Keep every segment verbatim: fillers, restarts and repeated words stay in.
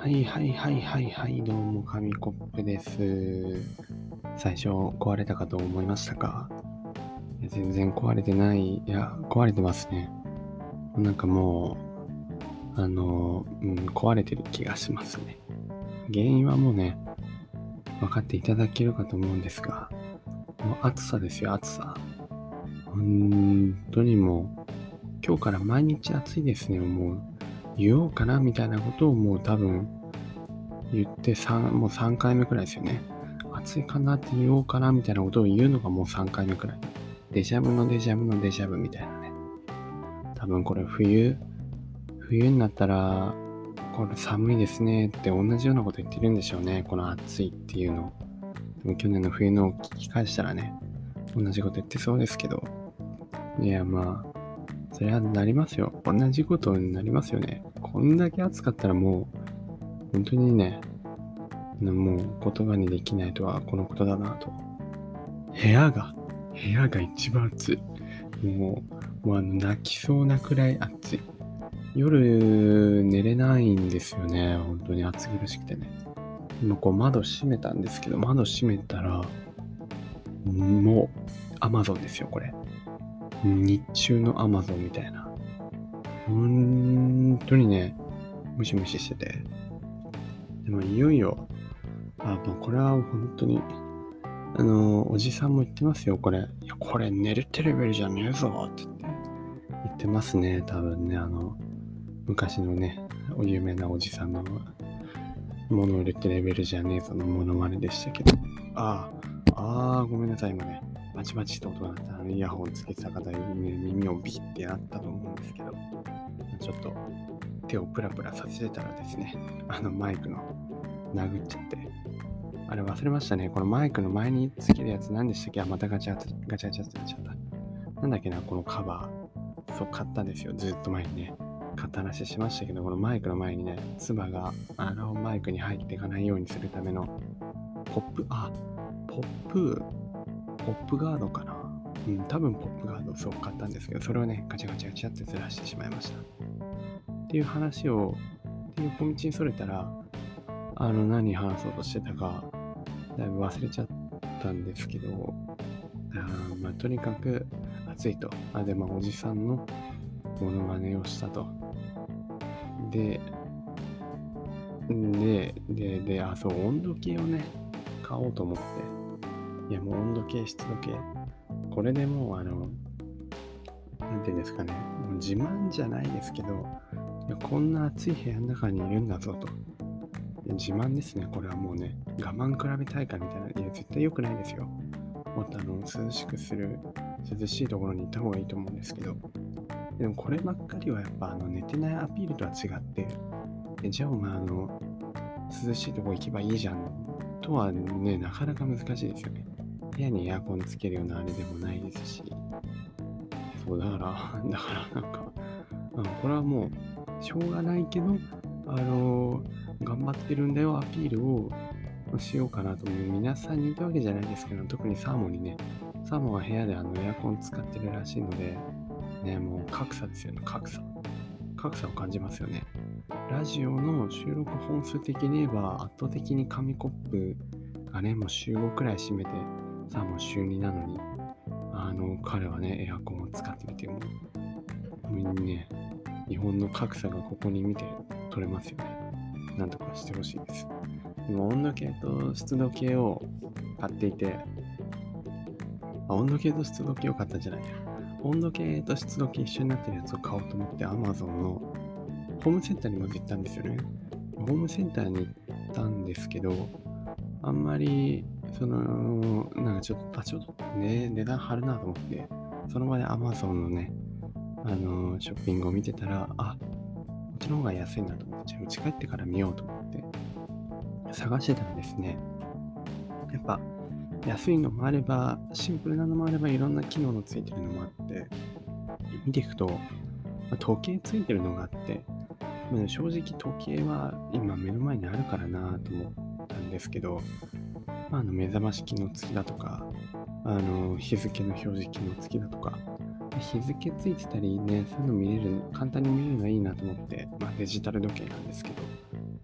はいはいはいはいはい、どうも、紙コップです。最初、壊れたかと思いましたか？いや全然壊れてない。いや、壊れてますね。なんかもう、あの、うん、壊れてる気がしますね。原因はもうね、分かっていただけるかと思うんですが、もう暑さですよ、暑さ。本当にもう、今日から毎日暑いですね。もう、言おうかなみたいなことをもう多分、言ってさんもうさんかいめくらいですよね。暑いかなって言おうかなみたいなことを言うのがもうさんかいめくらい。デジャブのデジャブのデジャブみたいなね。多分これ冬、冬になったら、これ寒いですねって同じようなこと言ってるんでしょうね。この暑いっていうのを。でも去年の冬のを聞き返したらね、同じこと言ってそうですけど。いやまあ、それはなりますよ。同じことになりますよね。こんだけ暑かったらもう、本当にね、もう言葉にできないとはこのことだなと。部屋が、部屋が一番暑い。もう、もうあの泣きそうなくらい暑い。夜寝れないんですよね。本当に暑苦しくてね。今こう窓閉めたんですけど、窓閉めたら、もうアマゾンですよ、これ。日中のアマゾンみたいな。本当にね、ムシムシしてて。でもいよいよ、あ、もうこれは本当に、あの、おじさんも言ってますよ、これ。いや、これ寝るテレベルじゃねえぞって言って言ってますね、多分ね、あの、昔のね、お有名なおじさんのものを売るテレベルじゃねえぞのモノマネでしたけど。ああ、ああ、ごめんなさい、今ね、バチバチって音が鳴った。あのイヤホンつけてた方に、ね、耳をビッてなったと思うんですけど、ちょっと手をプラプラさせてたらですね、あのマイクの殴っちゃって、あれ忘れましたね。このマイクの前につけるやつ何でしたっけ？あ、またガチャガチャガチャってなっちゃった。なんだっけな、このカバー。そう、買ったんですよ。ずっと前にね。買った話しましたけど、このマイクの前にね、唾があのマイクに入っていかないようにするためのポップ、あ、ポップ、ポップガードかな。うん、多分ポップガード、そう買ったんですけど、それをね、ガチャガチャガチャってずらしてしまいました。っていう話を、っていう小道にそれたら、あの、何話そうとしてたか、だいぶ忘れちゃったんですけど、あまあ、とにかく暑いと。あ、で、まあ、おじさんのモノマネをしたと。で、で、で、で、あ、そう、温度計をね、買おうと思って。いや、もう温度計、湿度計。これでもう、あの、なんていうんですかね、もう自慢じゃないですけど、いやこんな暑い部屋の中にいるんだぞと。自慢ですね、これはもうね。我慢比べ大会みたいな。いや、絶対良くないですよ。もっとあの涼しくする、涼しいところに行った方がいいと思うんですけど。でもこればっかりはやっぱあの寝てないアピールとは違って、えじゃあお前あの、涼しいとこ行けばいいじゃんとはね、なかなか難しいですよね。部屋にエアコンつけるようなあれでもないですし。そう、だから、だからなんか、あのこれはもう、しょうがないけど、あの、頑張ってるんだよアピールをしようかなと思う。皆さんに言ったわけじゃないですけど、特にサーモンにね、サーモンは部屋であのエアコン使ってるらしいので、ね、もう格差ですよね、格差。格差を感じますよね。ラジオの収録本数的に言えば、圧倒的に紙コップがね、もう週ごくらい占めて、サーモン週になのに、あの、彼はね、エアコンを使ってみて、もう、もうね、日本の格差がここに見て取れますよね。なんとかしてほしいです。でも温度計と湿度計を買っていて、あ、温度計と湿度計を買ったんじゃないや。温度計と湿度計一緒になってるやつを買おうと思って Amazon のホームセンターにまず行ったんですよね。ホームセンターに行ったんですけど、あんまり、その、なんかちょっと、あ、ちょっとね、値段張るなと思って、その場で Amazon のね、あのーショッピングを見てたら、あ、こっちの方が安いなと思って、じゃあ家帰ってから見ようと思って探してたらですね、やっぱ安いのもあれば、シンプルなのもあれば、いろんな機能のついてるのもあって、見ていくと、時計ついてるのがあって、正直時計は今目の前にあるからなと思ったんですけど、まあ、あの目覚まし機能付きだとか、あの日付の表示機能付きだとか、日付ついてたりね、そういうの見れる、簡単に見れるのがいいなと思って、まあデジタル時計なんですけど、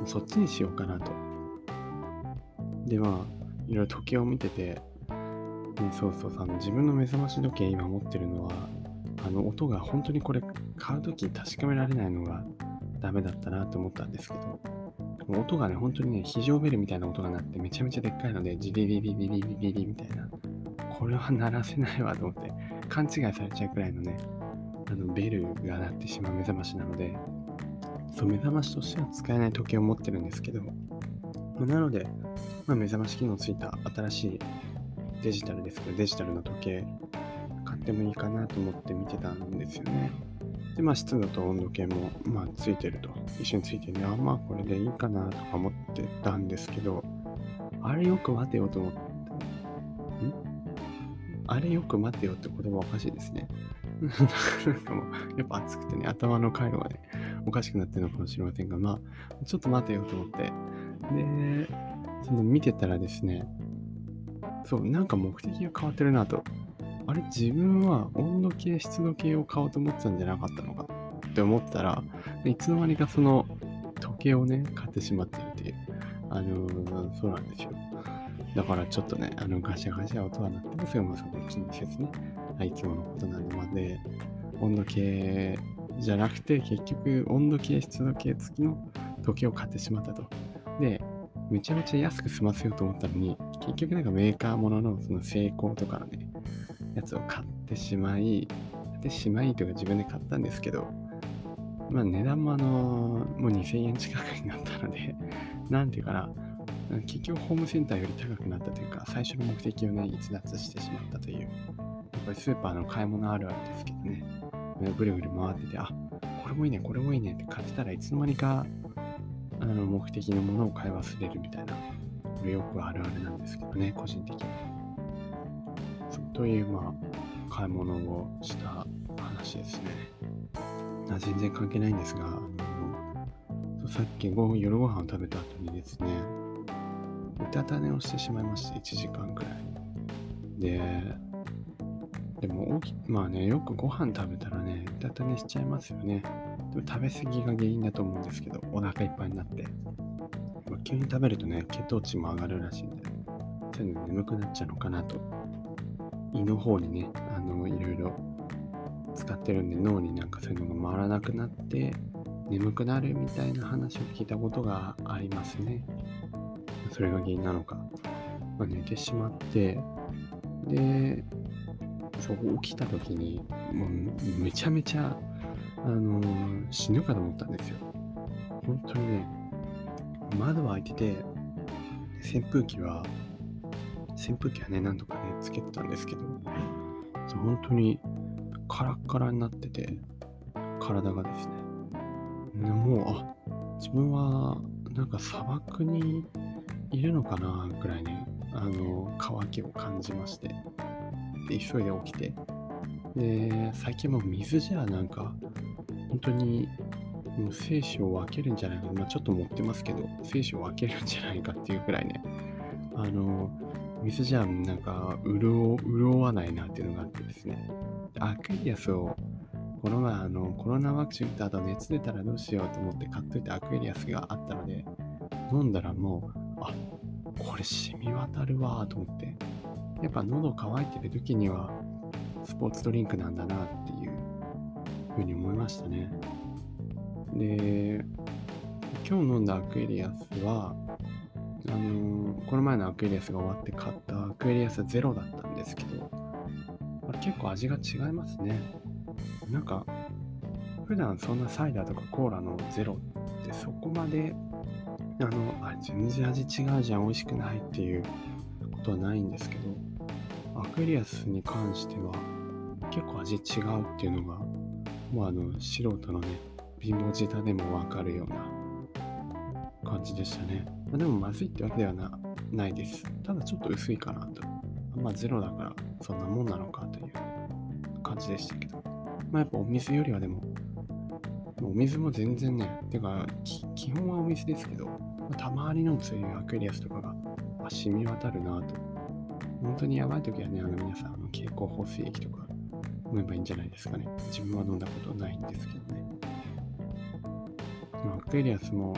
そっちにしようかなと。でまあいろいろ時計を見てて、ね、そうそうそう、あの自分の目覚まし時計今持ってるのは、あの音が本当にこれ買うとき確かめられないのがダメだったなと思ったんですけど、音がね本当にね非常ベルみたいな音が鳴ってめちゃめちゃでっかいので、ジリリリリリリリリみたいな、これは鳴らせないわと思って勘違いされちゃうくらいのね、あのベルが鳴ってしまう目覚ましなので、そう目覚ましとしては使えない時計を持ってるんですけど、なので、まあ、目覚まし機能ついた新しいデジタルですけど、デジタルの時計買ってもいいかなと思って見てたんですよね。で、まあ湿度と温度計もまあついてると、一緒についてるんで、あ、まあこれでいいかなとか思ってたんですけど、あれよく待てよと思って、んあれよく待てよって言葉おかしいですね。なんかもう、やっぱ熱くてね、頭の回路がね、おかしくなってるのかもしれませんが、まあ、ちょっと待てよと思って、で、その見てたらですね、そう、なんか目的が変わってるなと。あれ、自分は温度計、湿度計を買おうと思ってたんじゃなかったのかって思ったら、いつの間にかその時計をね、買ってしまっているっていう。あのー、そうなんですよ。だからちょっとね、あのガシャガシャ音は鳴ってますよ、まあそこ気にせずね。いつものことなんで、まで、温度計じゃなくて、結局温度計、湿度計付きの時計を買ってしまったと。で、めちゃめちゃ安く済ませようと思ったのに、結局なんかメーカーもののそのセイコーとかのね、やつを買ってしまい、買ってしまいというか自分で買ったんですけど、まあ値段もあの、もうにせんえん近くになったので、なんていうかな、結局ホームセンターより高くなったというか、最初の目的をね、逸脱してしまったという、やっぱりスーパーの買い物あるあるですけどね、ぐるぐる回ってて、あ、これもいいね、これもいいねって買ってたらいつの間にか、あの目的のものを買い忘れるみたいな、これよくあるあるなんですけどね、個人的に。そうという、まあ、買い物をした話ですね。あ、全然関係ないんですが、あのさっきご夜ご飯を食べた後にですね、うたた寝をしてしまいまして、いちじかんくらい。で、でも大き、まあね、よくご飯食べたらね、うたた寝しちゃいますよね。でも食べ過ぎが原因だと思うんですけど、お腹いっぱいになって。急に食べるとね、血糖値も上がるらしいんで、そういうの眠くなっちゃうのかなと。胃の方にね、あの、いろいろ使ってるんで、脳になんかそういうのが回らなくなって、眠くなるみたいな話を聞いたことがありますね。それが原因なのか。まあ、寝てしまって、で、そう起きた時に、もうめちゃめちゃ、あのー、死ぬかと思ったんですよ。本当にね、窓は開いてて、扇風機は、扇風機はね、なんとかね、つけてたんですけど、そう本当にカラッカラになってて、体がですね。でもう、あ、自分は、なんか砂漠にいるのかな、くらいね、あの、渇きを感じまして、で、急いで起きて、で、最近もう水じゃなんか、本当に、もう精子を分けるんじゃないか、まあちょっと持ってますけど、精子を分けるんじゃないかっていうくらいね、あの、水じゃなんか潤、潤わないなっていうのがあってですね、アクエリアスを、この前あの、コロナワクチン打った後熱出たらどうしようと思って買っといたアクエリアスがあったので、飲んだらもう、あ、これ染み渡るわと思って、やっぱ喉乾いてる時にはスポーツドリンクなんだなっていうふうに思いましたね。で、今日飲んだアクエリアスは、あのー、この前のアクエリアスが終わって買ったアクエリアスゼロだったんですけど、あれ結構味が違いますね。なんか、普段そんなサイダーとかコーラのゼロってそこまで、あの、あれ全然味違うじゃん、美味しくないっていうことはないんですけど、アクエリアスに関しては結構味違うっていうのが、もうあの、素人のね、貧乏舌でもわかるような感じでしたね。まあ、でもまずいってわけでは な, ないです。ただちょっと薄いかなと。まあゼロだからそんなもんなのかという感じでしたけど。まあやっぱお水よりはでも、お水も全然ね、てか基本はお水ですけど、まあ、たまに飲むそういうアクエリアスとかが、あ、染み渡るなと。本当にやばい時はね、あの皆さん、あの経口補水液とか飲めばいいんじゃないですかね。自分は飲んだことないんですけどね。アクエリアスも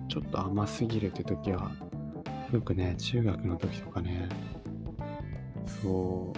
ちょっと甘すぎるって時は、よくね、中学の時とかね、そう、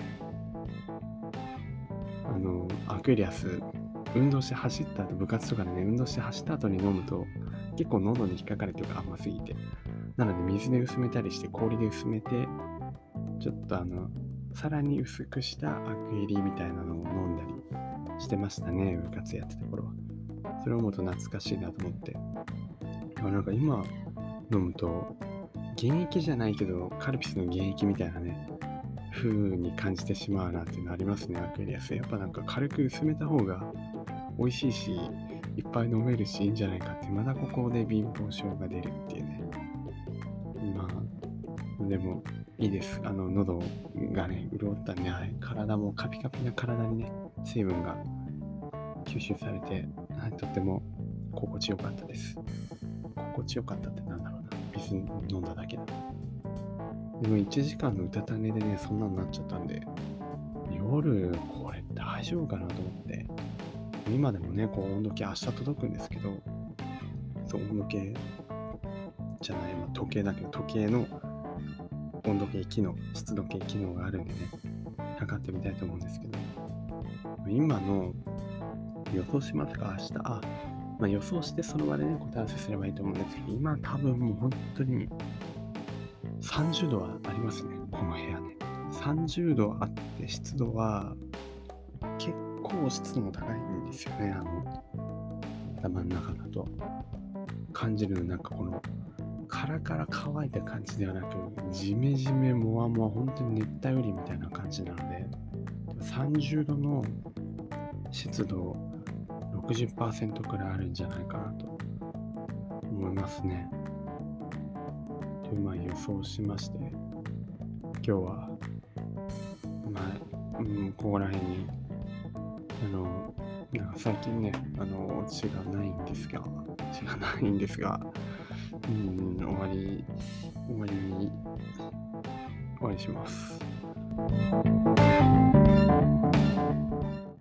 あの、アクエリアス、運動して走った後、部活とかでね、運動して走った後に飲むと、結構喉に引っかかるというか甘すぎて。なので水で薄めたりして、氷で薄めて、ちょっとあの、さらに薄くしたアクエリみたいなのを飲んだりしてましたね、部活やってた頃は。それを思うと懐かしいなと思って。でもなんか今飲むと、原液じゃないけど、カルピスの原液みたいなね、風に感じてしまうなっていうのありますね、アクエリアス。やっぱなんか軽く薄めた方が美味しいし、いっぱい飲めるしいいんじゃないかって、まだここで貧乏症が出るっていうね。まあ、でもいいです。あの、喉がね、潤ったね、はい、体もカピカピな体にね、水分が吸収されて、はい、とっても心地よかったです。心地よかったってなんだろうな。水飲んだだけだ。でもいちじかんのうたた寝でね、そんなになっちゃったんで、夜、これ大丈夫かなと思って、今でもね、こう温度計明日届くんですけど、そう、温度計じゃない、まあ、時計だけど、時計の温度計機能、湿度計機能があるんでね、測ってみたいと思うんですけど、今の予想しますか、明日、あ、まあ、予想してその場でね、答え合わせすればいいと思うんですけど、今多分もう本当にさんじゅうどはありますね、この部屋ね。さんじゅうどあって、湿度は結構湿度も高いんですよね、あの、頭の中だと。感じるのなんかこの、カラカラ乾いた感じではなく、ジメジメもわもわ、本当に熱帯雨林みたいな感じなので、さんじゅうどの湿度 ろくじゅっパーセント くらいあるんじゃないかなと思いますね。というまあ予想しまして、今日は、まあ、うん、ここら辺に、あの、なんか最近ね、あの、オチがないんですが、オチがないんですが、うん、終わり、終わりに、終わりします。